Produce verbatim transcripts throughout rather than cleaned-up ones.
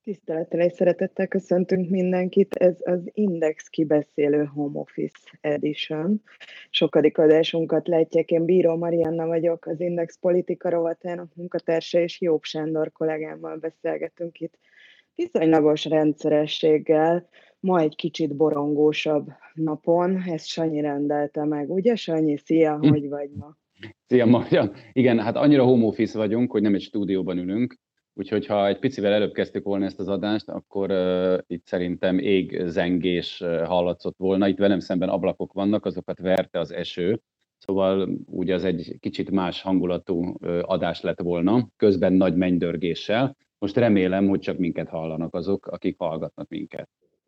Tisztelettel és szeretettel köszöntünk mindenkit, ez az Index kibeszélő Home Office Edition. Sokadik adásunkat látják, én Bíró Marianna vagyok, az Index politika rovatának munkatársa, és Jobb Sándor kollégámmal beszélgetünk itt viszonylagos rendszerességgel, ma egy kicsit borongósabb napon, ezt Sanyi rendelte meg, ugye Sanyi? Szia, Hm. hogy vagy ma? Szia, Marian. Igen, hát annyira home office vagyunk, hogy nem egy stúdióban ülünk, úgyhogy ha egy picivel előbb kezdtük volna ezt az adást, akkor uh, itt szerintem égzengés uh, hallatszott volna. Itt velem szemben ablakok vannak, azokat verte az eső, szóval úgy az egy kicsit más hangulatú uh, adás lett volna, közben nagy mennydörgéssel. Most remélem, hogy csak minket hallanak azok, akik hallgatnak minket.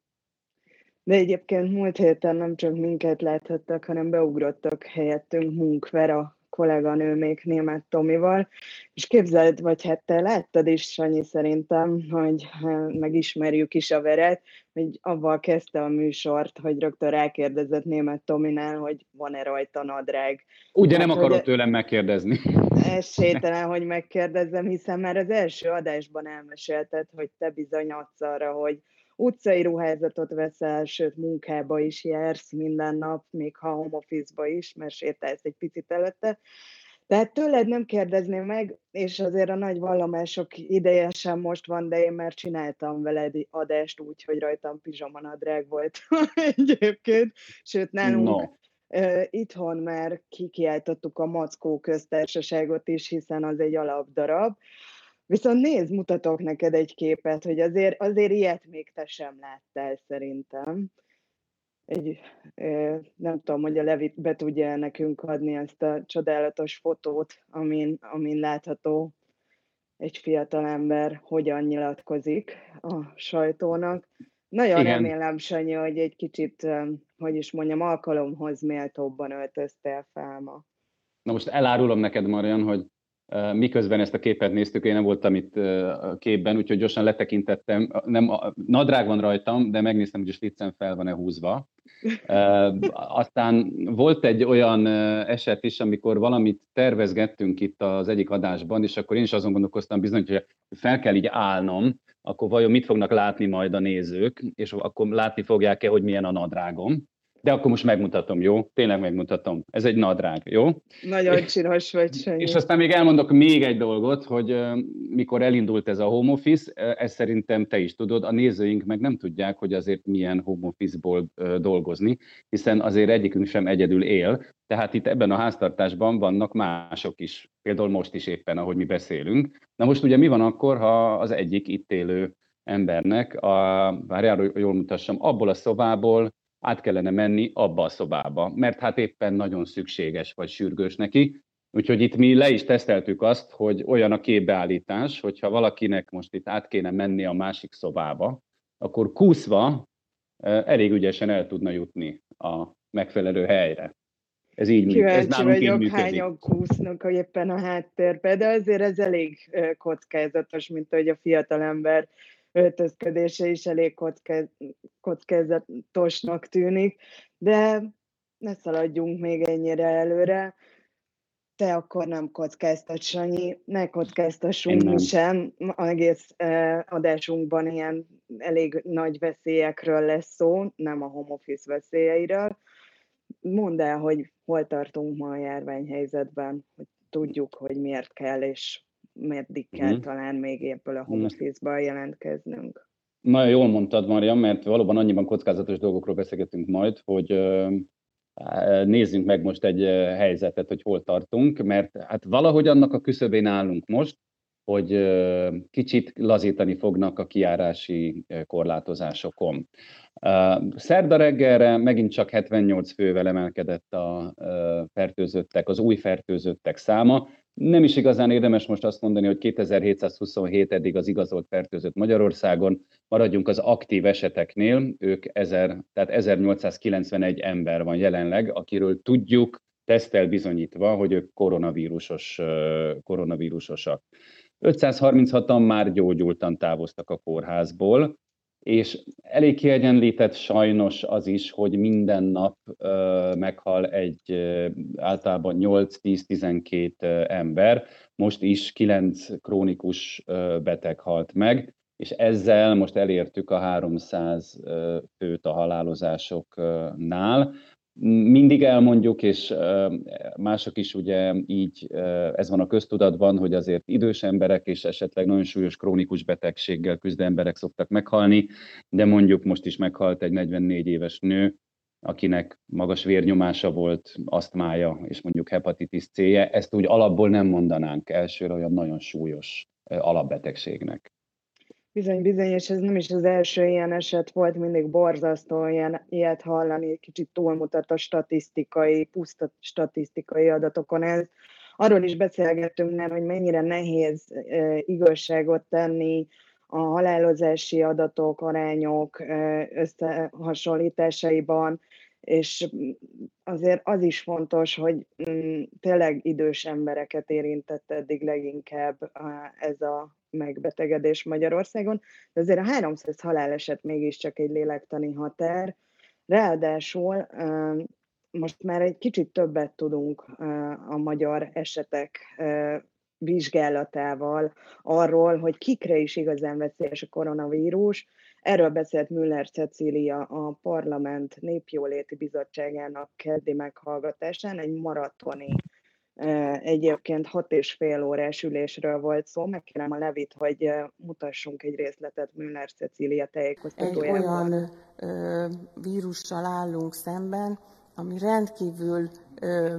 De egyébként múlt héten nem csak minket láthattak, hanem beugrottak helyettünk Munk Vera kolléganő még Németh Tomival, és képzeld, vagy hát te láttad is, Sanyi, szerintem, hogy megismerjük is a Verát, hogy avval kezdte a műsort, hogy rögtön rákérdezett Németh Tominál, hogy van-e rajta nadrág. Ugye hát, nem akarod tőlem megkérdezni. Esélytelen, hogy megkérdezem, hiszen már az első adásban elmesélted, hogy te bizony adsz arra, hogy utcai ruházatot veszel, sőt munkába is jársz minden nap, még ha home office-ba is, mert sétálsz egy picit előtte. Tehát tőled nem kérdezném meg, és azért a nagy vallomások ideje sem most van, de én már csináltam veled adást úgy, hogy rajtam pizsamanadrág volt egyébként, sőt nálunk No. uh, itthon már kikiáltottuk a Mackó köztársaságot is, hiszen az egy alapdarab. Viszont nézd, mutatok neked egy képet, hogy azért, azért ilyet még te sem láttál szerintem. Egy, nem tudom, hogy a Levi be tudja nekünk adni ezt a csodálatos fotót, amin, amin látható egy fiatalember hogyan nyilatkozik a sajtónak. Nagyon Igen. remélem, Sanyi, hogy egy kicsit, hogy is mondjam, alkalomhoz méltóbban öltöztél fel ma. Na most elárulom neked, Marian, hogy uh, miközben ezt a képet néztük, én nem voltam itt uh, a képben, úgyhogy gyorsan letekintettem. Nem, a, nadrág van rajtam, de megnéztem, hogy a sliccem fel van-e húzva. Uh, aztán volt egy olyan uh, eset is, amikor valamit tervezgettünk itt az egyik adásban, és akkor én is azon gondolkoztam bizony, hogy fel kell így állnom, akkor vajon mit fognak látni majd a nézők, és akkor látni fogják-e, hogy milyen a nadrágom. De akkor most megmutatom, jó? Tényleg megmutatom. Ez egy nadrág, jó? Nagyon csinos vagy, Sanyi. És aztán még elmondok még egy dolgot, hogy uh, mikor elindult ez a home office, uh, ezt szerintem te is tudod, a nézőink meg nem tudják, hogy azért milyen home office-ból uh, dolgozni, hiszen azért egyikünk sem egyedül él, tehát itt ebben a háztartásban vannak mások is, például most is éppen, ahogy mi beszélünk. Na most ugye mi van akkor, ha az egyik itt élő embernek, a, várjál, jól mutassam, abból a szobából át kellene menni abba a szobába, mert hát éppen nagyon szükséges vagy sürgős neki. Úgyhogy itt mi le is teszteltük azt, hogy olyan a képbeállítás, hogyha valakinek most itt át kéne menni a másik szobába, akkor kúszva elég ügyesen el tudna jutni a megfelelő helyre. Ez így működik. Ez Kíváncsi vagyok, hányan kúsznak éppen a háttérbe, de azért ez elég kockázatos, mint hogy a fiatalember öltözködése is elég kockázatosnak tűnik, de ne szaladjunk még ennyire előre. Te akkor nem kockáztatsz, Sanyi, ne kockáztassunk mi sem. Egész adásunkban ilyen elég nagy veszélyekről lesz szó, nem a home office veszélyeiről. Mondd el, hogy hol tartunk ma a járványhelyzetben, hogy tudjuk, hogy miért kell, és meddig kell mm. talán még ebből a home office-ban jelentkeznünk. Nagyon jól mondtad, Marian, mert valóban annyiban kockázatos dolgokról beszélgetünk majd, hogy nézzünk meg most egy helyzetet, hogy hol tartunk, mert hát valahogy annak a küszöbén állunk most, hogy kicsit lazítani fognak a kijárási korlátozásokon. Szerda reggelre megint csak hetvennyolc fővel emelkedett a fertőzöttek, az új fertőzöttek száma. Nem is igazán érdemes most azt mondani, hogy kétezer-hétszázhuszonhét eddig az igazolt fertőzött Magyarországon, maradjunk az aktív eseteknél, ők ezer, tehát ezernyolcszázkilencvenegy ember van jelenleg, akiről tudjuk, teszttel bizonyítva, hogy ők koronavírusos, koronavírusosak. ötszázharminchatan már gyógyultan távoztak a kórházból, és elég kiegyenlített sajnos az is, hogy minden nap uh, meghal egy uh, általában nyolc-tíz-tizenkét uh, ember, most is kilenc krónikus uh, beteg halt meg. és ezzel most elértük a háromszáz főt a halálozásoknál. Mindig elmondjuk, és mások is ugye így, ez van a köztudatban, hogy azért idős emberek és esetleg nagyon súlyos krónikus betegséggel küzdő emberek szoktak meghalni, de mondjuk most is meghalt egy negyvennégy éves nő, akinek magas vérnyomása volt, asztmája és mondjuk hepatitis C-je. Ezt úgy alapból nem mondanánk elsőre olyan nagyon súlyos alapbetegségnek. Bizony, bizony, és ez nem is az első ilyen eset volt, mindig borzasztó ilyen, ilyet hallani, kicsit túlmutat a statisztikai, puszta statisztikai adatokon ez. Arról is beszélgettünk már, hogy mennyire nehéz e, igazságot tenni a halálozási adatok, arányok e, összehasonlításaiban, és azért az is fontos, hogy mm, tényleg idős embereket érintett eddig leginkább ez a megbetegedés Magyarországon, de azért a háromszáz haláleset mégiscsak egy lélektani határ. Ráadásul most már egy kicsit többet tudunk a magyar esetek vizsgálatával arról, hogy kikre is igazán veszélyes a koronavírus. Erről beszélt Müller Cecília a Parlament Népjóléti Bizottságának keddi meghallgatásán, egy maratoni, egyébként hat és fél órás ülésről volt szó. Megkérem a Levit, hogy mutassunk egy részletet Müller Cecília tájékoztatójából. Egy olyan ö, vírussal állunk szemben, ami rendkívül ö,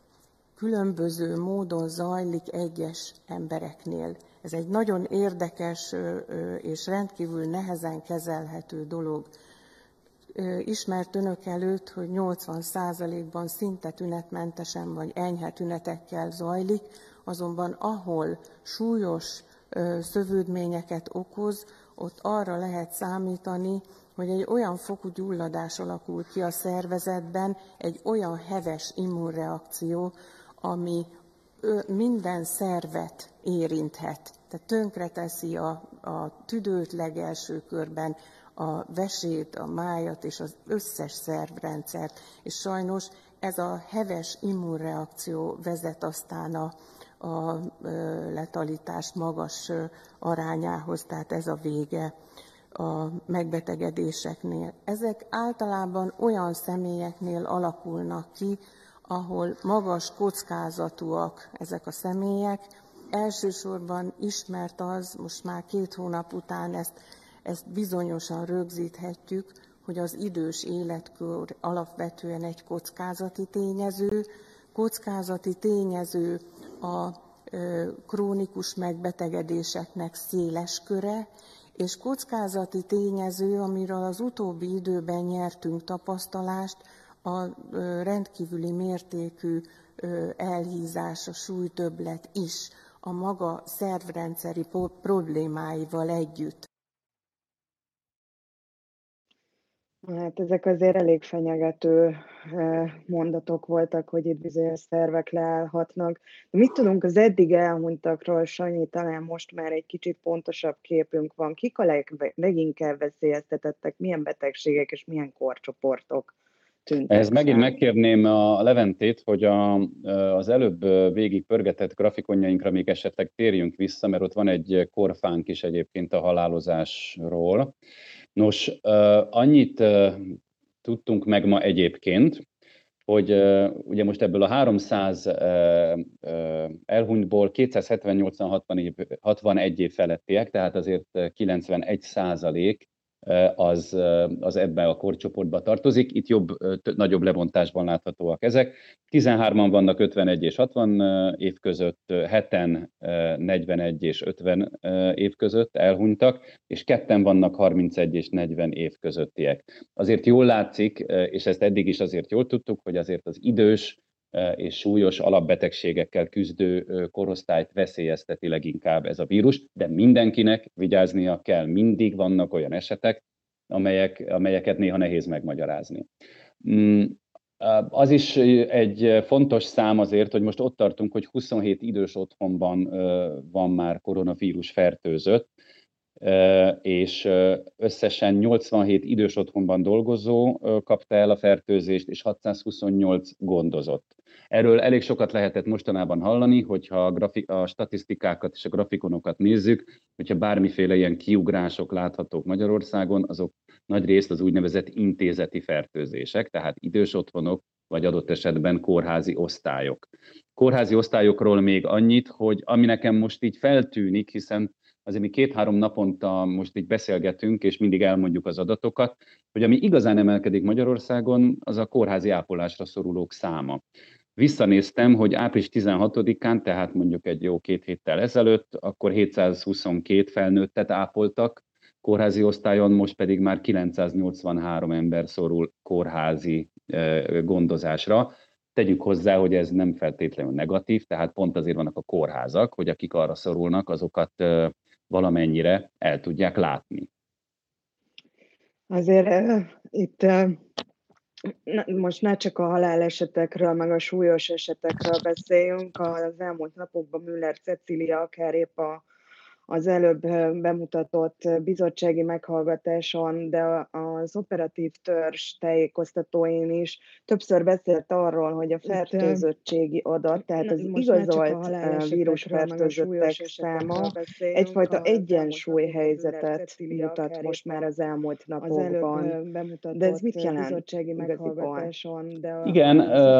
különböző módon zajlik egyes embereknél. Ez egy nagyon érdekes ö, ö, és rendkívül nehezen kezelhető dolog. Ö, ismert önök előtt, hogy nyolcvan százalékban szinte tünetmentesen vagy enyhe tünetekkel zajlik, azonban ahol súlyos ö, szövődményeket okoz, ott arra lehet számítani, hogy egy olyan fokú gyulladás alakul ki a szervezetben, egy olyan heves immunreakció, ami minden szervet érinthet. Tehát tönkreteszi a, a tüdőt legelső körben, a vesét, a májat és az összes szervrendszert. És sajnos ez a heves immunreakció vezet aztán a, a letalitás magas arányához, tehát ez a vége a megbetegedéseknél. Ezek általában olyan személyeknél alakulnak ki, ahol magas kockázatúak ezek a személyek. Elsősorban ismert az, most már két hónap után ezt, ezt bizonyosan rögzíthetjük, hogy az idős életkor alapvetően egy kockázati tényező. Kockázati tényező a ö, krónikus megbetegedéseknek széles köre, és kockázati tényező, amiről az utóbbi időben nyertünk tapasztalást, a rendkívüli mértékű elhízás, a súlytöbblet is a maga szervrendszeri problémáival együtt. Hát ezek azért elég fenyegető mondatok voltak, hogy itt bizonyos szervek leállhatnak. De mit tudunk az eddig elhunytakról, Sanyi, talán most már egy kicsit pontosabb képünk van. Kik a leg, leginkább veszélyeztetettek, milyen betegségek és milyen korcsoportok tűntek Ehhez megint fel? megkérném a Leventét, hogy a, az előbb végig pörgetett grafikonjainkra még esetleg térjünk vissza, mert ott van egy korfánk is egyébként a halálozásról. Nos, annyit tudtunk meg ma egyébként, hogy ugye most ebből a háromszáz elhunytból kétszázhetvennyolcan hatvanegy év felettiek, tehát azért kilencvenegy százalék az, az ebben a korcsoportba tartozik. Itt jobb, nagyobb lebontásban láthatóak ezek. tizenhárman vannak ötvenegy és hatvan év között, heten negyvenegy és ötven év között elhunytak, és ketten vannak harmincegy és negyven év közöttiek. Azért jól látszik, és ezt eddig is azért jól tudtuk, hogy azért az idős és súlyos alapbetegségekkel küzdő korosztályt veszélyezteti leginkább ez a vírus, de mindenkinek vigyáznia kell. Mindig vannak olyan esetek, amelyek, amelyeket néha nehéz megmagyarázni. Az is egy fontos szám azért, hogy most ott tartunk, hogy huszonhét idős otthonban van már koronavírus fertőzött. és összesen nyolcvanhét idős otthonban dolgozó kapta el a fertőzést, és hatszázhuszonnyolc gondozott. Erről elég sokat lehetett mostanában hallani, hogyha a, grafik, a statisztikákat és a grafikonokat nézzük, hogyha bármiféle ilyen kiugrások láthatók Magyarországon, azok nagyrészt az úgynevezett intézeti fertőzések, tehát idős otthonok, vagy adott esetben kórházi osztályok. Kórházi osztályokról még annyit, hogy ami nekem most így feltűnik, hiszen azért mi két-három naponta most így beszélgetünk, és mindig elmondjuk az adatokat, hogy ami igazán emelkedik Magyarországon, az a kórházi ápolásra szorulók száma. Visszanéztem, hogy április tizenhatodikán, tehát mondjuk egy jó két héttel ezelőtt, akkor hétszázhuszonkettő felnőttet ápoltak kórházi osztályon, most pedig már kilencszáznyolcvanhárom ember szorul kórházi gondozásra. Tegyük hozzá, hogy ez nem feltétlenül negatív, tehát pont azért vannak a kórházak, hogy akik arra szorulnak, azokat valamennyire el tudják látni. Azért uh, itt uh, most ne csak a halálesetekről, meg a súlyos esetekről beszéljünk. Az elmúlt napokban Müller Cecília akár épp a az előbb bemutatott bizottsági meghallgatáson, de az operatív törzs tájékoztatóin is többször beszélt arról, hogy a fertőzöttségi adat, tehát az igazolt vírusfertőzöttek száma egyfajta egyensúlyhelyzetet mutat most már az elmúlt napokban. De ez mit jelent igaziból? Igen,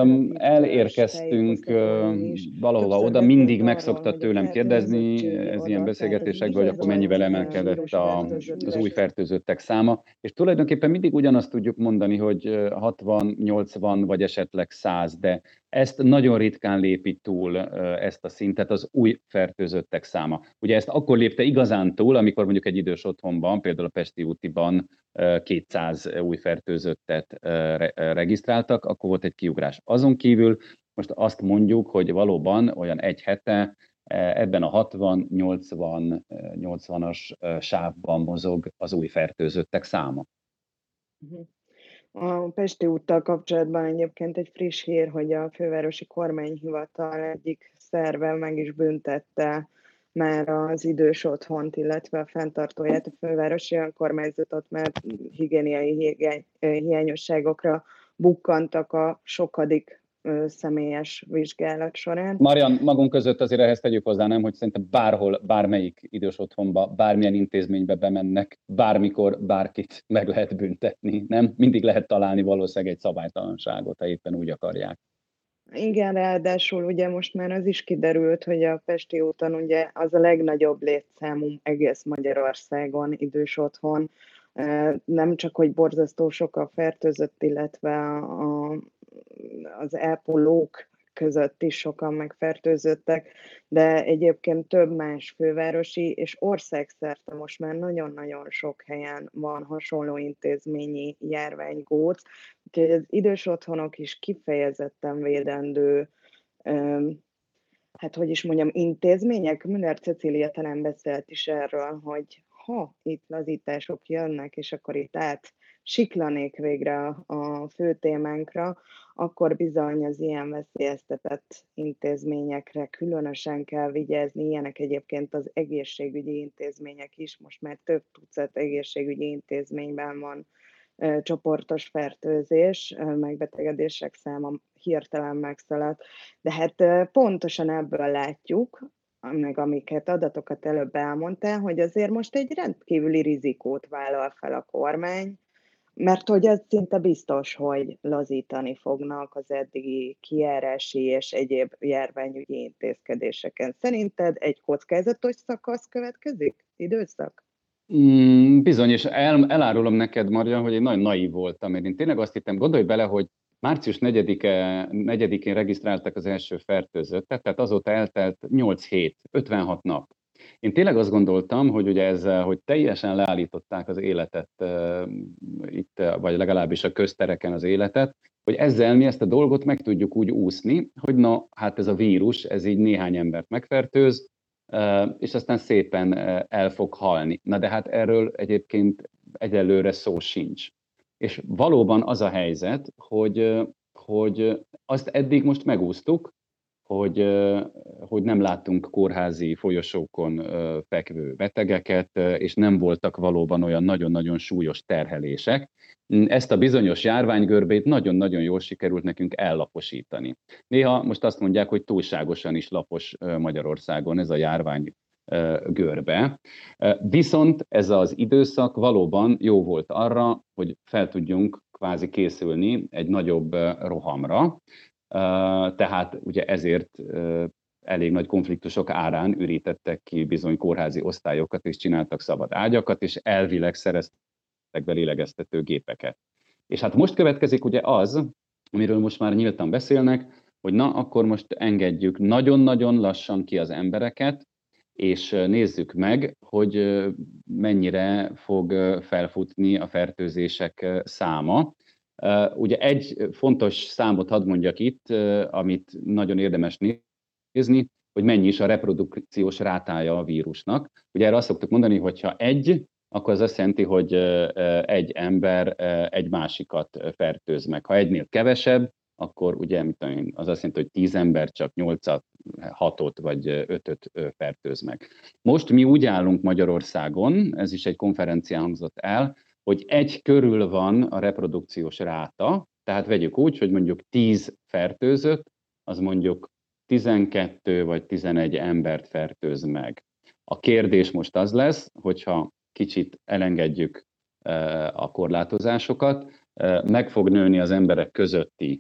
elérkeztünk valahova oda, mindig meg szokta tőlem kérdezni, ez ilyen beszélgetésekből, hogy akkor mennyivel emelkedett a, az új fertőzöttek száma, és tulajdonképpen mindig ugyanazt tudjuk mondani, hogy hatvan, nyolcvan vagy esetleg száz, de ezt nagyon ritkán lépi túl, ezt a szintet az új fertőzöttek száma. Ugye ezt akkor lépte igazán túl, amikor mondjuk egy idős otthonban, például a Pesti útiban kétszáz új fertőzöttet regisztráltak, akkor volt egy kiugrás. Azon kívül most azt mondjuk, hogy valóban olyan egy hete ebben a hatvan, nyolcvan, nyolcvanas sávban mozog az új fertőzöttek száma. A Pesti úttal kapcsolatban egyébként egy friss hír, hogy a fővárosi kormányhivatal egyik szerve meg is büntette már az idős otthont, illetve a fenntartóját, a fővárosi önkormányzatot, mert higiéniai hiányosságokra bukkantak a sokadik személyes vizsgálat során. Marian, magunk között azért ehhez tegyük hozzá, nem, hogy szerintem bárhol, bármelyik idős otthonba, bármilyen intézménybe bemennek, bármikor bárkit meg lehet büntetni, nem? Mindig lehet találni valószínűleg egy szabálytalanságot, ha éppen úgy akarják. Igen, ráadásul ugye most már az is kiderült, hogy a Pesti úton ugye az a legnagyobb létszámú egész Magyarországon idős otthon. Nem csak, hogy borzasztó sok a fertőzött, illetve a az ápolók között is sokan megfertőzöttek, de egyébként több más fővárosi és országszerte most már nagyon-nagyon sok helyen van hasonló intézményi járványgóc, úgyhogy az idős otthonok is kifejezetten védendő, hát hogy is mondjam, intézmények. Müller Cecília talán beszélt is erről, hogy ha itt lazítások jönnek, és akkor itt át siklanék végre a fő témánkra, akkor bizony az ilyen veszélyeztetett intézményekre különösen kell vigyázni. Ilyenek egyébként az egészségügyi intézmények is. Most már több tucat egészségügyi intézményben van e, csoportos fertőzés, e, megbetegedések száma hirtelen megszaladt. De hát e, pontosan ebből látjuk, meg amiket adatokat előbb elmondtál, hogy azért most egy rendkívüli rizikót vállal fel a kormány, mert hogy ez szinte biztos, hogy lazítani fognak az eddigi kijárási és egyéb járványügyi intézkedéseken. Szerinted egy kockázatos szakasz következik? Időszak? Mm, bizony, és el, elárulom neked, Marja, hogy én nagyon naív voltam, mert én tényleg azt hittem, gondolj bele, hogy március negyedikén regisztráltak az első fertőzöttet, tehát azóta eltelt nyolc hét, ötvenhat nap. Én tényleg azt gondoltam, hogy ugye ezzel, hogy teljesen leállították az életet uh, itt, vagy legalábbis a köztereken az életet, hogy ezzel mi ezt a dolgot meg tudjuk úgy úszni, hogy na, hát ez a vírus, ez így néhány embert megfertőz, uh, és aztán szépen uh, el fog halni. Na de hát erről egyébként egyelőre szó sincs. És valóban az a helyzet, hogy, uh, hogy azt eddig most megúsztuk, hogy, hogy nem láttunk kórházi folyosókon fekvő betegeket, és nem voltak valóban olyan nagyon-nagyon súlyos terhelések. Ezt a bizonyos járványgörbét nagyon-nagyon jól sikerült nekünk ellaposítani. Néha most azt mondják, hogy túlságosan is lapos Magyarországon ez a járvány görbe. Viszont ez az időszak valóban jó volt arra, hogy fel tudjunk kvázi készülni egy nagyobb rohamra. Tehát ugye ezért elég nagy konfliktusok árán ürítettek ki bizony kórházi osztályokat, és csináltak szabad ágyakat, és elvileg szereztek be lélegeztető gépeket. És hát most következik ugye az, amiről most már nyíltan beszélnek, hogy na, akkor most engedjük nagyon-nagyon lassan ki az embereket, és nézzük meg, hogy mennyire fog felfutni a fertőzések száma. Ugye egy fontos számot hadd mondjak itt, amit nagyon érdemes nézni, hogy mennyi is a reprodukciós rátája a vírusnak. Ugye erre azt szoktuk mondani, hogy ha egy, akkor az azt jelenti, hogy egy ember egy másikat fertőz meg. Ha egynél kevesebb, akkor ugye az azt jelenti, hogy tíz ember csak nyolcat, hatot vagy ötöt fertőz meg. Most mi úgy állunk Magyarországon, ez is egy konferencián hangzott el, hogy egy körül van a reprodukciós ráta, tehát vegyük úgy, hogy mondjuk tíz fertőzött, az mondjuk tizenkettő vagy tizenegy embert fertőz meg. A kérdés most az lesz, hogyha kicsit elengedjük a korlátozásokat, meg fog nőni az emberek közötti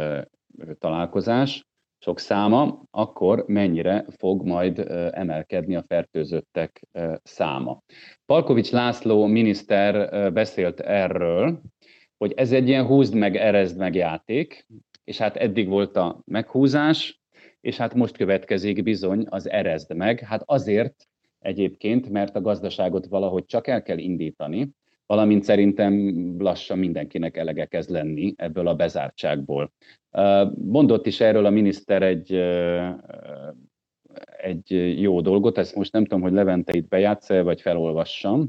találkozás, sok száma, akkor mennyire fog majd emelkedni a fertőzöttek száma. Palkovics László miniszter beszélt erről, hogy ez egy ilyen húzd meg, erezd meg játék, és hát eddig volt a meghúzás, és hát most következik bizony az erezd meg. Hát azért egyébként, mert a gazdaságot valahogy csak el kell indítani, valamint szerintem lassan mindenkinek elege kezd lenni ebből a bezártságból. Mondott is erről a miniszter egy, egy jó dolgot, ezt most nem tudom, hogy Levente itt bejátsz-e, vagy felolvassam.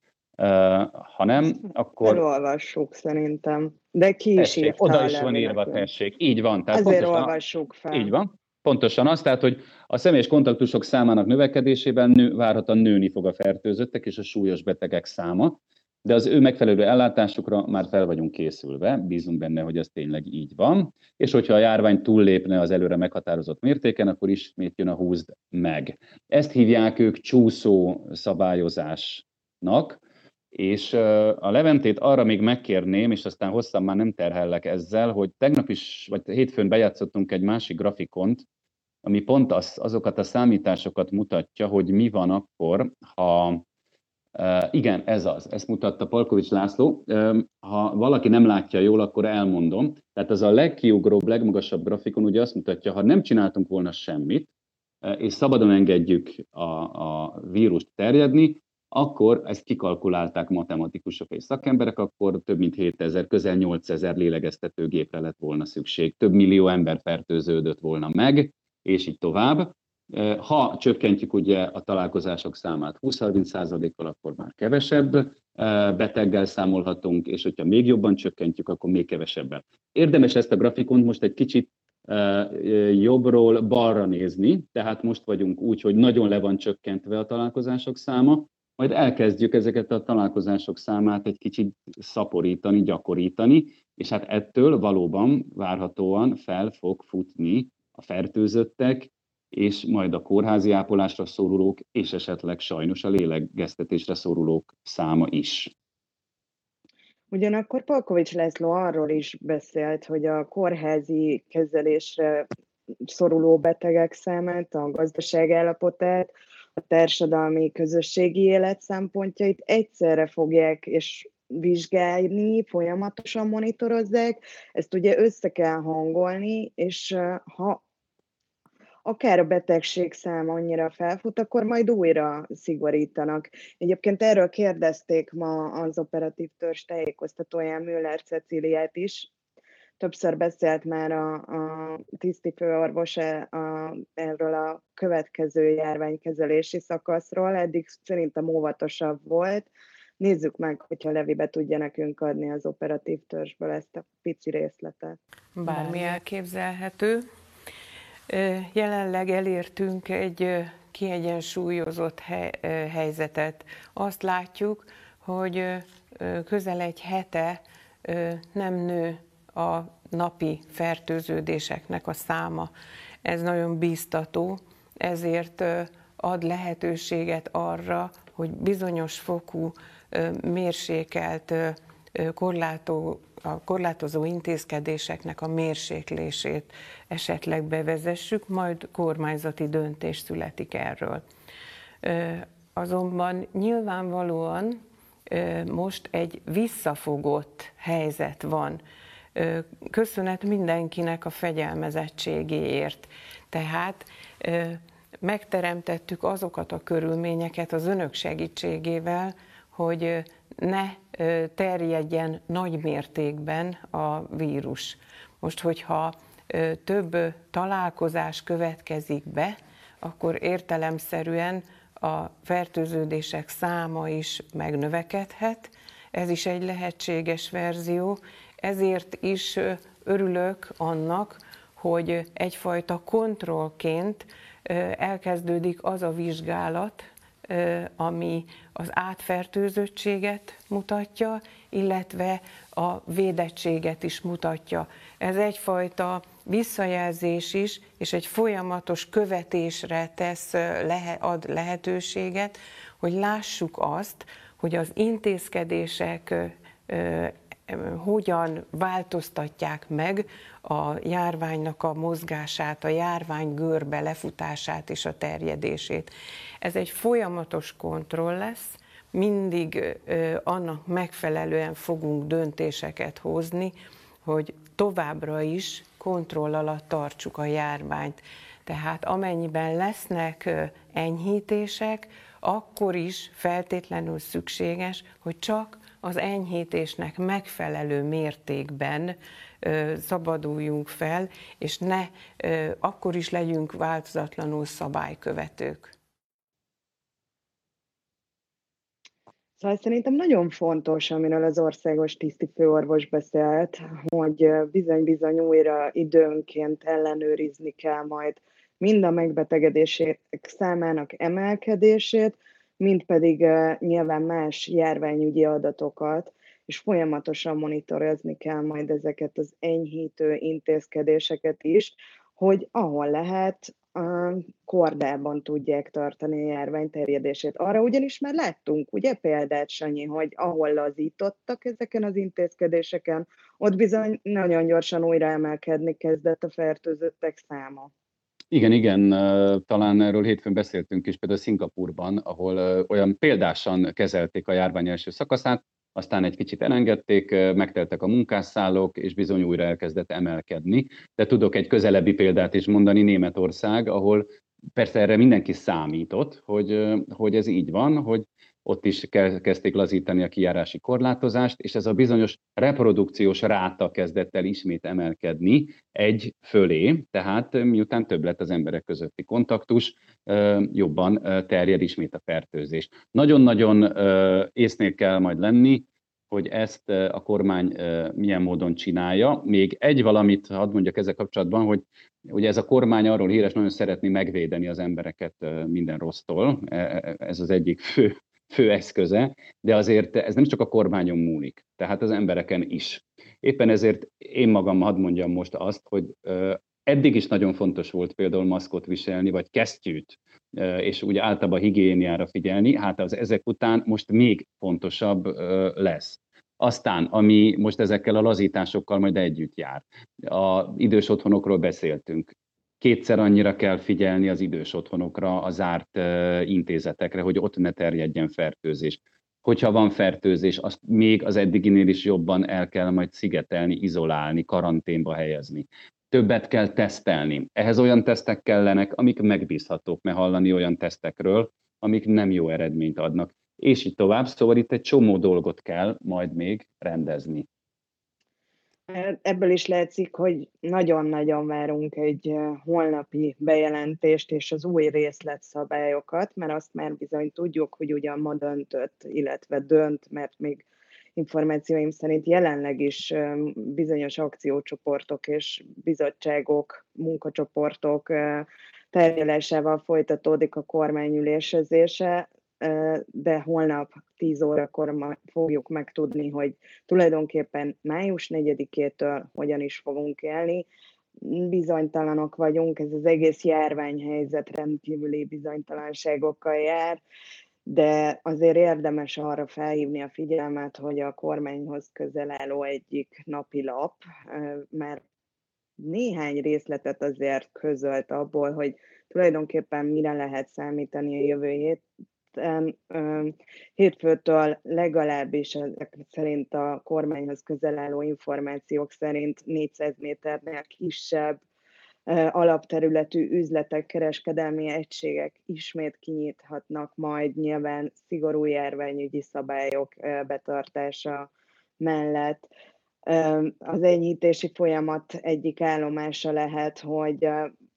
Ha nem, akkor... Felolvassuk szerintem, de ki is tessék, írta oda a is van írva, nekünk. tessék. Így van. Tehát Ezért pontosan, olvassuk fel. Így van. Pontosan az, tehát, hogy a személyes kontaktusok számának növekedésében nő, várhatóan nőni fog a fertőzöttek és a súlyos betegek száma, de az ő megfelelő ellátásukra már fel vagyunk készülve, bízunk benne, hogy ez tényleg így van, és hogyha a járvány túllépne az előre meghatározott mértéken, akkor ismét jön a húzd meg. Ezt hívják ők csúszó szabályozásnak, és a Leventét arra még megkérném, és aztán hosszan már nem terhellek ezzel, hogy tegnap is, vagy hétfőn bejátszottunk egy másik grafikont, ami pont az, azokat a számításokat mutatja, hogy mi van akkor, ha Uh, igen, ez az, ezt mutatta Palkovics László. Uh, ha valaki nem látja jól, akkor elmondom. Tehát az a legkiugróbb, legmagasabb grafikon ugye azt mutatja, ha nem csináltunk volna semmit, uh, és szabadon engedjük a, a vírust terjedni, akkor ezt kikalkulálták matematikusok és szakemberek, akkor több mint hétezer, közel nyolcezer lélegeztetőgépre lett volna szükség, több millió ember fertőződött volna meg, és így tovább. Ha csökkentjük ugye a találkozások számát húsz-harminc százalékkal, akkor már kevesebb beteggel számolhatunk, és hogyha még jobban csökkentjük, akkor még kevesebben. Érdemes ezt a grafikont most egy kicsit jobbról balra nézni, tehát most vagyunk úgy, hogy nagyon le van csökkentve a találkozások száma, majd elkezdjük ezeket a találkozások számát egy kicsit szaporítani, gyakorítani, és hát ettől valóban várhatóan fel fog futni a fertőzöttek, és majd a kórházi ápolásra szorulók, és esetleg sajnos a lélegeztetésre szorulók száma is. Ugyanakkor Palkovics László arról is beszélt, hogy a kórházi kezelésre szoruló betegek számát, a gazdaság állapotát, a társadalmi közösségi élet szempontjait egyszerre fogják és vizsgálni, folyamatosan monitorozzák, ezt ugye össze kell hangolni, és ha akár a betegség száma annyira felfut, akkor majd újra szigorítanak. Egyébként erről kérdezték ma az operatív törzs tájékoztatóján Müller Cecíliát is. Többször beszélt már a, a tisztifőorvos a, erről a következő járványkezelési szakaszról, eddig szerintem óvatosabb volt. Nézzük meg, hogyha Levi be tudja nekünk adni az operatív törzsből ezt a pici részletet. Bármi elképzelhető. Jelenleg elértünk egy kiegyensúlyozott helyzetet. Azt látjuk, hogy közel egy hete nem nő a napi fertőződéseknek a száma. Ez nagyon bíztató, ezért ad lehetőséget arra, hogy bizonyos fokú mérsékelt korlátó, a korlátozó intézkedéseknek a mérséklését esetleg bevezessük, majd kormányzati döntés születik erről. Azonban nyilvánvalóan most egy visszafogott helyzet van. Köszönet mindenkinek a fegyelmezettségéért. Tehát megteremtettük azokat a körülményeket az önök segítségével, hogy ne terjedjen nagy mértékben a vírus. Most, hogyha több találkozás következik be, akkor értelemszerűen a fertőződések száma is megnövekedhet. Ez is egy lehetséges verzió, ezért is örülök annak, hogy egyfajta kontrollként elkezdődik az a vizsgálat, ami az átfertőzöttséget mutatja, illetve a védettséget is mutatja. Ez egyfajta visszajelzés is, és egy folyamatos követésre tesz, ad lehetőséget, hogy lássuk azt, hogy az intézkedések hogyan változtatják meg a járványnak a mozgását, a járvány görbe lefutását és a terjedését. Ez egy folyamatos kontroll lesz, mindig annak megfelelően fogunk döntéseket hozni, hogy továbbra is kontroll alatt tartsuk a járványt. Tehát amennyiben lesznek enyhítések, akkor is feltétlenül szükséges, hogy csak az enyhítésnek megfelelő mértékben ö, szabaduljunk fel, és ne ö, akkor is legyünk változatlanul szabálykövetők. Szóval szerintem nagyon fontos, amiről az országos tisztifőorvos beszélt, hogy bizony-bizony újra időnként ellenőrizni kell majd mind a megbetegedések számának emelkedését, mind pedig uh, nyilván más járványügyi adatokat, és folyamatosan monitorozni kell majd ezeket az enyhítő intézkedéseket is, hogy ahol lehet, uh, kordában tudják tartani a járvány terjedését. Arra ugyanis már láttunk, ugye példát, Sanyi, hogy ahol lazítottak ezeken az intézkedéseken, ott bizony nagyon gyorsan újra emelkedni kezdett a fertőzöttek száma. Igen, igen, talán erről hétfőn beszéltünk is, például Szingapúrban, ahol olyan példásan kezelték a járvány első szakaszát, aztán egy kicsit elengedték, megteltek a munkásszállók, és bizony újra elkezdett emelkedni. De tudok egy közelebbi példát is mondani, Németország, ahol persze erre mindenki számított, hogy, hogy ez így van, hogy ott is kezdték lazítani a kijárási korlátozást, és ez a bizonyos reprodukciós ráta kezdett el ismét emelkedni egy fölé, tehát miután több lett az emberek közötti kontaktus, jobban terjed ismét a fertőzés. Nagyon-nagyon észnél kell majd lenni, hogy ezt a kormány milyen módon csinálja. Még egy valamit hadd mondjak ezzel kapcsolatban, hogy ugye ez a kormány arról híres, nagyon szeretné megvédeni az embereket minden rossztól. Ez az egyik fő fő eszköze, de azért ez nem csak a kormányon múlik, tehát az embereken is. Éppen ezért én magam hadd mondjam most azt, hogy eddig is nagyon fontos volt például maszkot viselni, vagy kesztyűt, és úgy általában higiéniára figyelni, hát az ezek után most még fontosabb lesz. Aztán, ami most ezekkel a lazításokkal majd együtt jár. Az idős otthonokról beszéltünk. Kétszer annyira kell figyelni az idős otthonokra, a zárt intézetekre, hogy ott ne terjedjen fertőzés. Hogyha van fertőzés, azt még az eddiginél is jobban el kell majd szigetelni, izolálni, karanténba helyezni. Többet kell tesztelni. Ehhez olyan tesztek kellenek, amik megbízhatók, mert hallani olyan tesztekről, amik nem jó eredményt adnak. És így tovább, szóval itt egy csomó dolgot kell majd még rendezni. Ebből is látszik, hogy nagyon-nagyon várunk egy holnapi bejelentést és az új részletszabályokat, mert azt már bizony tudjuk, hogy ugyan ma döntött, illetve dönt, mert még információim szerint jelenleg is bizonyos akciócsoportok és bizottságok, munkacsoportok tárgyalásával folytatódik a kormányülésezése, de holnap tíz órakor fogjuk megtudni, hogy tulajdonképpen május negyedikétől hogyan is fogunk élni. Bizonytalanok vagyunk, ez az egész járványhelyzet rendkívüli bizonytalanságokkal jár, de azért érdemes arra felhívni a figyelmet, hogy a kormányhoz közel álló egyik napilap, mert néhány részletet azért közölt abból, hogy tulajdonképpen mire lehet számítani a jövő héten. Hétfőtől legalábbis ezek szerint a kormányhoz közel álló információk szerint négyszáz méternél kisebb alapterületű üzletek, kereskedelmi egységek ismét kinyithatnak majd, nyilván szigorú járványügyi szabályok betartása mellett. Az enyhítési folyamat egyik állomása lehet, hogy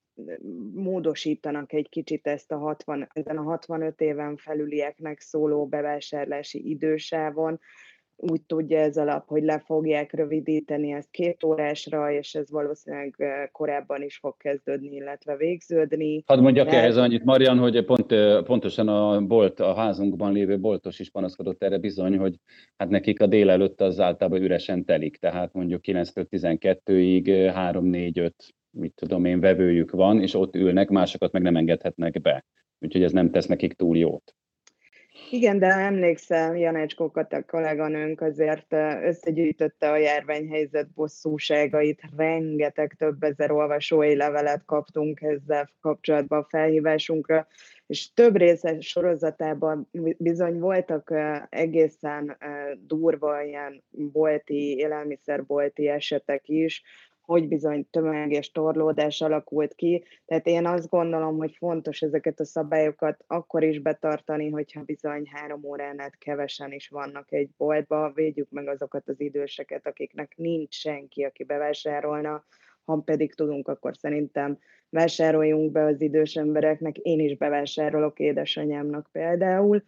módosítanak egy kicsit ezt a hatvan, ezen a hatvanöt éven felülieknek szóló bevásárlási idősávon. Úgy tudja ez alap, hogy le fogják rövidíteni ezt két órásra, és ez valószínűleg korábban is fog kezdődni, illetve végződni. Hadd mondjak ehhez annyit, Marian, hogy pont, pontosan a bolt, a házunkban lévő boltos is panaszkodott erre bizony, hogy hát nekik a délelőtt az általában üresen telik, tehát mondjuk kilenctől tizenkettőig három négy öt, mit tudom én, vevőjük van, és ott ülnek, másokat meg nem engedhetnek be. Úgyhogy ez nem tesz nekik túl jót. Igen, de emlékszel, Janecskókat a kolléganőnk azért összegyűjtötte a járványhelyzet bosszúságait, rengeteg több ezer olvasói levelet kaptunk ezzel kapcsolatban a felhívásunkra, és több részes sorozatában bizony voltak egészen durva ilyen bolti, élelmiszerbolti esetek is, hogy bizony tömeges torlódás alakult ki. Tehát én azt gondolom, hogy fontos ezeket a szabályokat akkor is betartani, hogyha bizony három óránál kevesen is vannak egy boltba. Védjük meg azokat az időseket, akiknek nincs senki, aki bevásárolna. Ha pedig tudunk, akkor szerintem vásároljunk be az idős embereknek. Én is bevásárolok édesanyámnak például.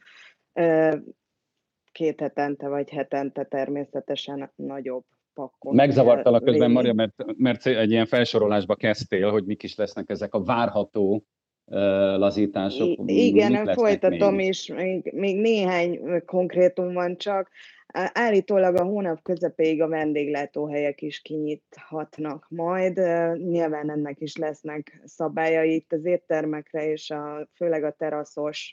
Két hetente vagy hetente természetesen nagyobb. Megzavartalak közben, Maria, mert, mert egy ilyen felsorolásba kezdtél, hogy mik is lesznek ezek a várható uh, lazítások. I- igen, folytatom még? is, még, még néhány konkrétum van csak. Állítólag a hónap közepéig a vendéglátóhelyek is kinyithatnak majd. Nyilván ennek is lesznek szabályai itt az éttermekre, és a, főleg a teraszos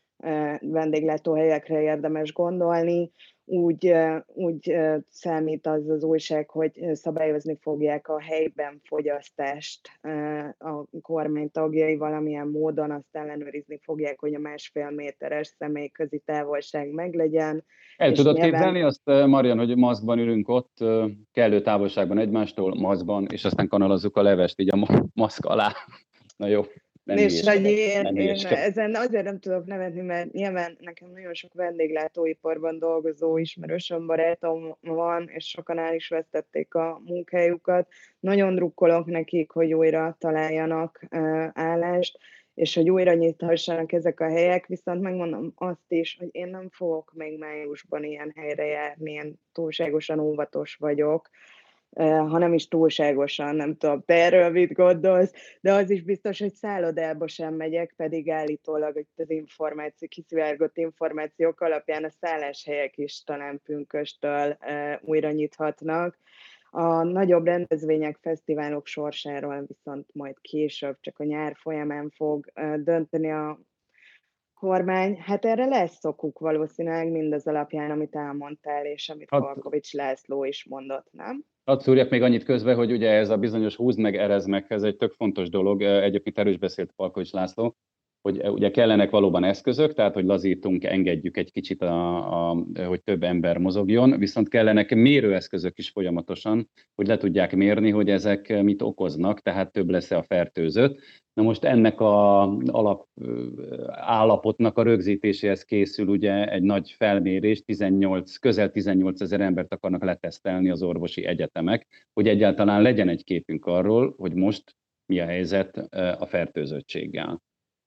vendéglátóhelyekre érdemes gondolni. Úgy, úgy számít az az újság, hogy szabályozni fogják a helyben fogyasztást a kormány tagjai valamilyen módon, azt ellenőrizni fogják, hogy a másfél méteres személyközi távolság meglegyen. El tudod nyilván... képzelni azt, Marian, hogy maszkban ülünk ott, kellő távolságban egymástól, maszkban, és aztán kanalazzuk a levest így a maszk alá. Na jó. Nem és hogy én, én ezen azért nem tudok nevetni, mert nyilván nekem nagyon sok vendéglátóiparban dolgozó ismerősöm, barátom van, és sokan el is vesztették a munkájukat. Nagyon drukkolok nekik, hogy újra találjanak állást, és hogy újra nyithassanak ezek a helyek, viszont megmondom azt is, hogy én nem fogok még májusban ilyen helyre járni, én túlságosan óvatos vagyok, ha nem is túlságosan, nem tudom, te erről mit gondolsz, de az is biztos, hogy szállodába sem megyek, pedig állítólag hogy az információ, kiszivárgott információk alapján a szálláshelyek is talán pünkösttől újra nyithatnak. A nagyobb rendezvények, fesztiválok sorsáról viszont majd később, csak a nyár folyamán fog dönteni a kormány. Hát erre lesz szokuk valószínűleg mindaz alapján, amit elmondtál, és amit Palkovics László is mondott, nem? Hadd szúrjak még annyit közbe, hogy ugye ez a bizonyos húzd meg, erezd meg, ez egy tök fontos dolog. Egyébként erről is beszélt Palkovics László, hogy ugye kellenek valóban eszközök, tehát hogy lazítunk, engedjük egy kicsit, a, a, hogy több ember mozogjon, viszont kellenek mérőeszközök is folyamatosan, hogy le tudják mérni, hogy ezek mit okoznak, tehát több lesz-e a fertőzött. Na most ennek a alap állapotnak a rögzítéséhez készül ugye egy nagy felmérés, tizennyolc, közel tizennyolc ezer embert akarnak letesztelni az orvosi egyetemek, hogy egyáltalán legyen egy képünk arról, hogy most mi a helyzet a fertőzöttséggel.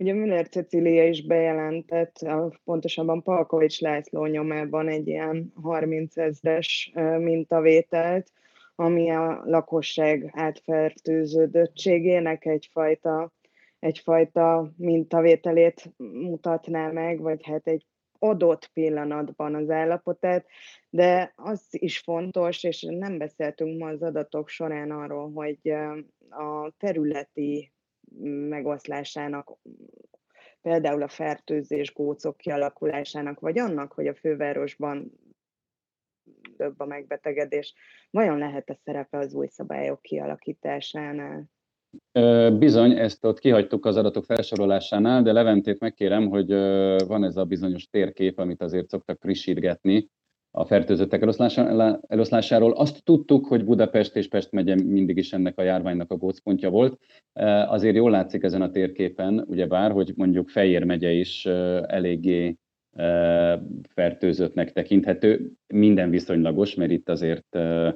Ugye Müller Cecília is bejelentett, pontosabban Palkovics László nyomában egy ilyen harmincezres mintavételt, ami a lakosság átfertőződöttségének egyfajta, egyfajta mintavételét mutatná meg, vagy hát egy adott pillanatban az állapotát, de az is fontos, és nem beszéltünk ma az adatok során arról, hogy a területi megoszlásának, például a fertőzés gócok kialakulásának, vagy annak, hogy a fővárosban több a megbetegedés, vajon lehet-e szerepe az új szabályok kialakításánál? Bizony, ezt ott kihagytuk az adatok felsorolásánál, de Leventét megkérem, hogy van ez a bizonyos térkép, amit azért szoktak frissítgetni a fertőzöttek eloszlásáról. Azt tudtuk, hogy Budapest és Pest megye mindig is ennek a járványnak a gócpontja volt. Azért jól látszik ezen a térképen, ugyebár, hogy mondjuk Fejér megye is eléggé fertőzöttnek tekinthető. Minden viszonylagos, mert itt azért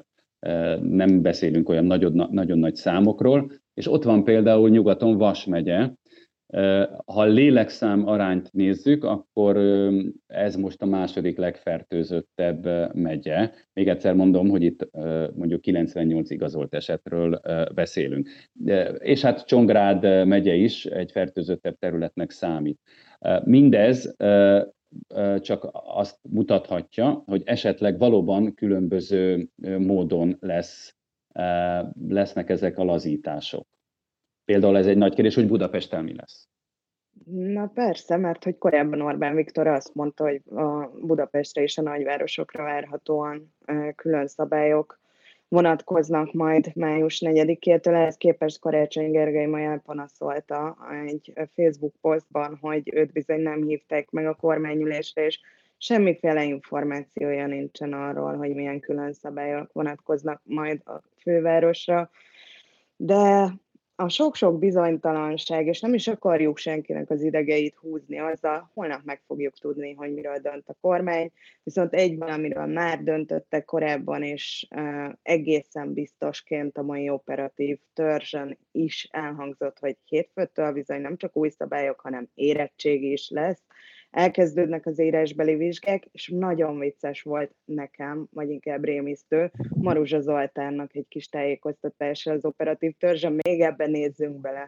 nem beszélünk olyan nagyon, nagyon nagy számokról, és ott van például nyugaton Vas megye. Ha a lélekszám arányt nézzük, akkor ez most a második legfertőzöttebb megye. Még egyszer mondom, hogy itt mondjuk kilencvennyolc igazolt esetről beszélünk. És hát Csongrád megye is egy fertőzöttebb területnek számít. Mindez csak azt mutathatja, hogy esetleg valóban különböző módon lesz, lesznek ezek a lazítások. Például ez egy nagy kérdés, hogy Budapesten mi lesz. Na persze, mert hogy korábban Orbán Viktor azt mondta, hogy a Budapestre és a nagyvárosokra várhatóan külön szabályok vonatkoznak majd május negyedikétől. Ehhez képest Karácsony Gergely ma elpanaszolta egy Facebook posztban, hogy őt bizony nem hívták meg a kormányülésre, és semmiféle információja nincsen arról, hogy milyen külön szabályok vonatkoznak majd a fővárosra. De a sok-sok bizonytalanság, és nem is akarjuk senkinek az idegeit húzni azzal, holnap meg fogjuk tudni, hogy miről dönt a kormány, viszont egy valamiről már döntöttek korábban, és uh, egészen biztosként a mai operatív törzsön is elhangzott, hogy hétfőtől bizony nem csak új szabályok, hanem érettségi is lesz. Elkezdődnek az írásbeli vizsgák, és nagyon vicces volt nekem, vagy inkább rémisztő, Maruzsa Zoltánnak egy kis tájékoztatása az operatív törzsön, még ebben nézzünk bele.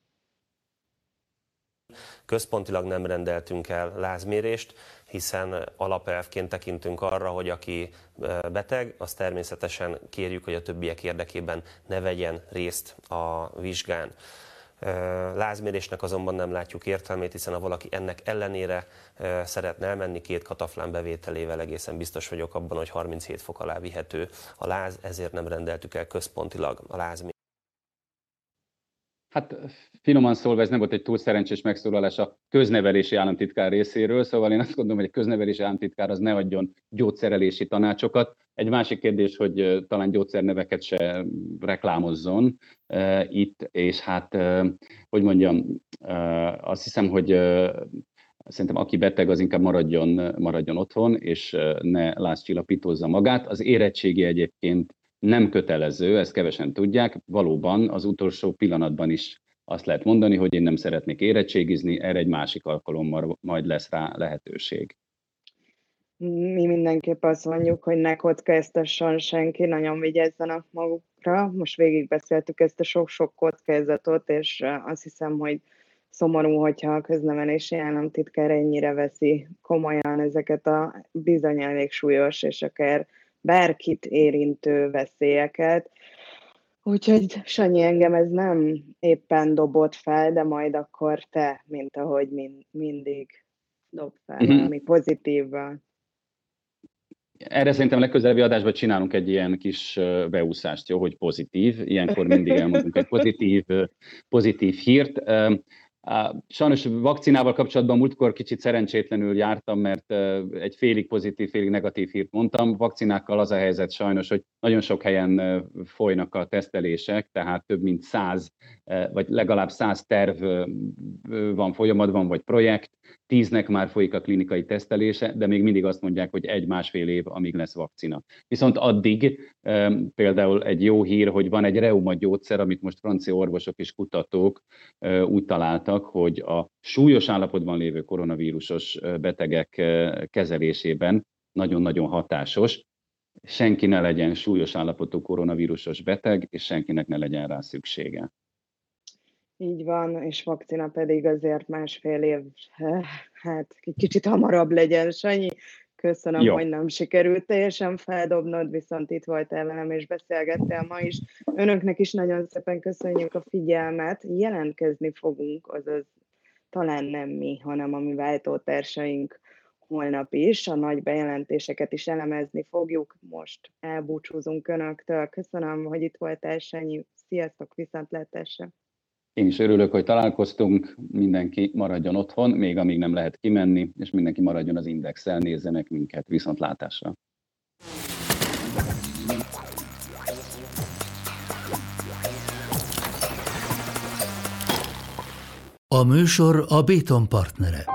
Központilag nem rendeltünk el lázmérést, hiszen alapelvként tekintünk arra, hogy aki beteg, az természetesen kérjük, hogy a többiek érdekében ne vegyen részt a vizsgán. Lázmérésnek azonban nem látjuk értelmét, hiszen ha valaki ennek ellenére szeretne elmenni két kataflán bevételével, egészen biztos vagyok abban, hogy harminchét fok alá vihető a láz, ezért nem rendeltük el központilag a lázmérést. Hát finoman szólva ez nem volt egy túl szerencsés megszólalás a köznevelési államtitkár részéről, szóval én azt gondolom, hogy a köznevelési államtitkár az ne adjon gyógyszerelési tanácsokat. Egy másik kérdés, hogy talán gyógyszerneveket se reklámozzon itt, és hát, hogy mondjam, azt hiszem, hogy szerintem aki beteg, az inkább maradjon, maradjon otthon, és ne lázcsillapítózza magát. Az érettségi egyébként nem kötelező, ezt kevesen tudják, valóban az utolsó pillanatban is azt lehet mondani, hogy én nem szeretnék érettségizni, erre egy másik alkalommal majd lesz rá lehetőség. Mi mindenképp azt mondjuk, hogy ne kockáztasson senki, nagyon vigyázzanak magukra. Most végigbeszéltük ezt a sok-sok kockázatot, és azt hiszem, hogy szomorú, hogyha a köznevelési államtitkár ennyire veszi komolyan ezeket a bizony elég súlyos, és akár bárkit érintő veszélyeket. Úgyhogy Sanyi, engem ez nem éppen dobott fel, de majd akkor te, mint ahogy mind, mindig dob fel uh-huh. valami pozitívval. Erre szerintem legközelebbi adásban csinálunk egy ilyen kis beúszást, jó, hogy pozitív. Ilyenkor mindig elmondunk egy pozitív, pozitív hírt. Sajnos vakcinával kapcsolatban múltkor kicsit szerencsétlenül jártam, mert egy félig pozitív, félig negatív hírt mondtam. Vakcinákkal az a helyzet sajnos, hogy nagyon sok helyen folynak a tesztelések, tehát több mint száz vagy legalább száz terv van folyamatban, vagy projekt, tíznek már folyik a klinikai tesztelése, de még mindig azt mondják, hogy egy-másfél év, amíg lesz vakcina. Viszont addig például egy jó hír, hogy van egy reuma gyógyszer, amit most francia orvosok és kutatók úgy találtak, hogy a súlyos állapotban lévő koronavírusos betegek kezelésében nagyon-nagyon hatásos. Senki ne legyen súlyos állapotú koronavírusos beteg, és senkinek ne legyen rá szüksége. Így van, és vakcina pedig azért másfél év, hát kicsit hamarabb legyen. Sanyi, köszönöm, Jó. hogy nem sikerült teljesen feldobnod, viszont itt voltál velem és beszélgettél ma is. Önöknek is nagyon szépen köszönjük a figyelmet. Jelentkezni fogunk, azaz talán nem mi, hanem a mi váltótársaink holnap is. A nagy bejelentéseket is elemezni fogjuk. Most elbúcsúzunk Önöktől. Köszönöm, hogy itt voltál, Sanyi. Sziasztok, viszontlátásra! Én is örülök, hogy találkoztunk, mindenki maradjon otthon, még amíg nem lehet kimenni, és mindenki maradjon az Indexel, nézzenek minket, viszontlátásra. A műsor a Béton partnere.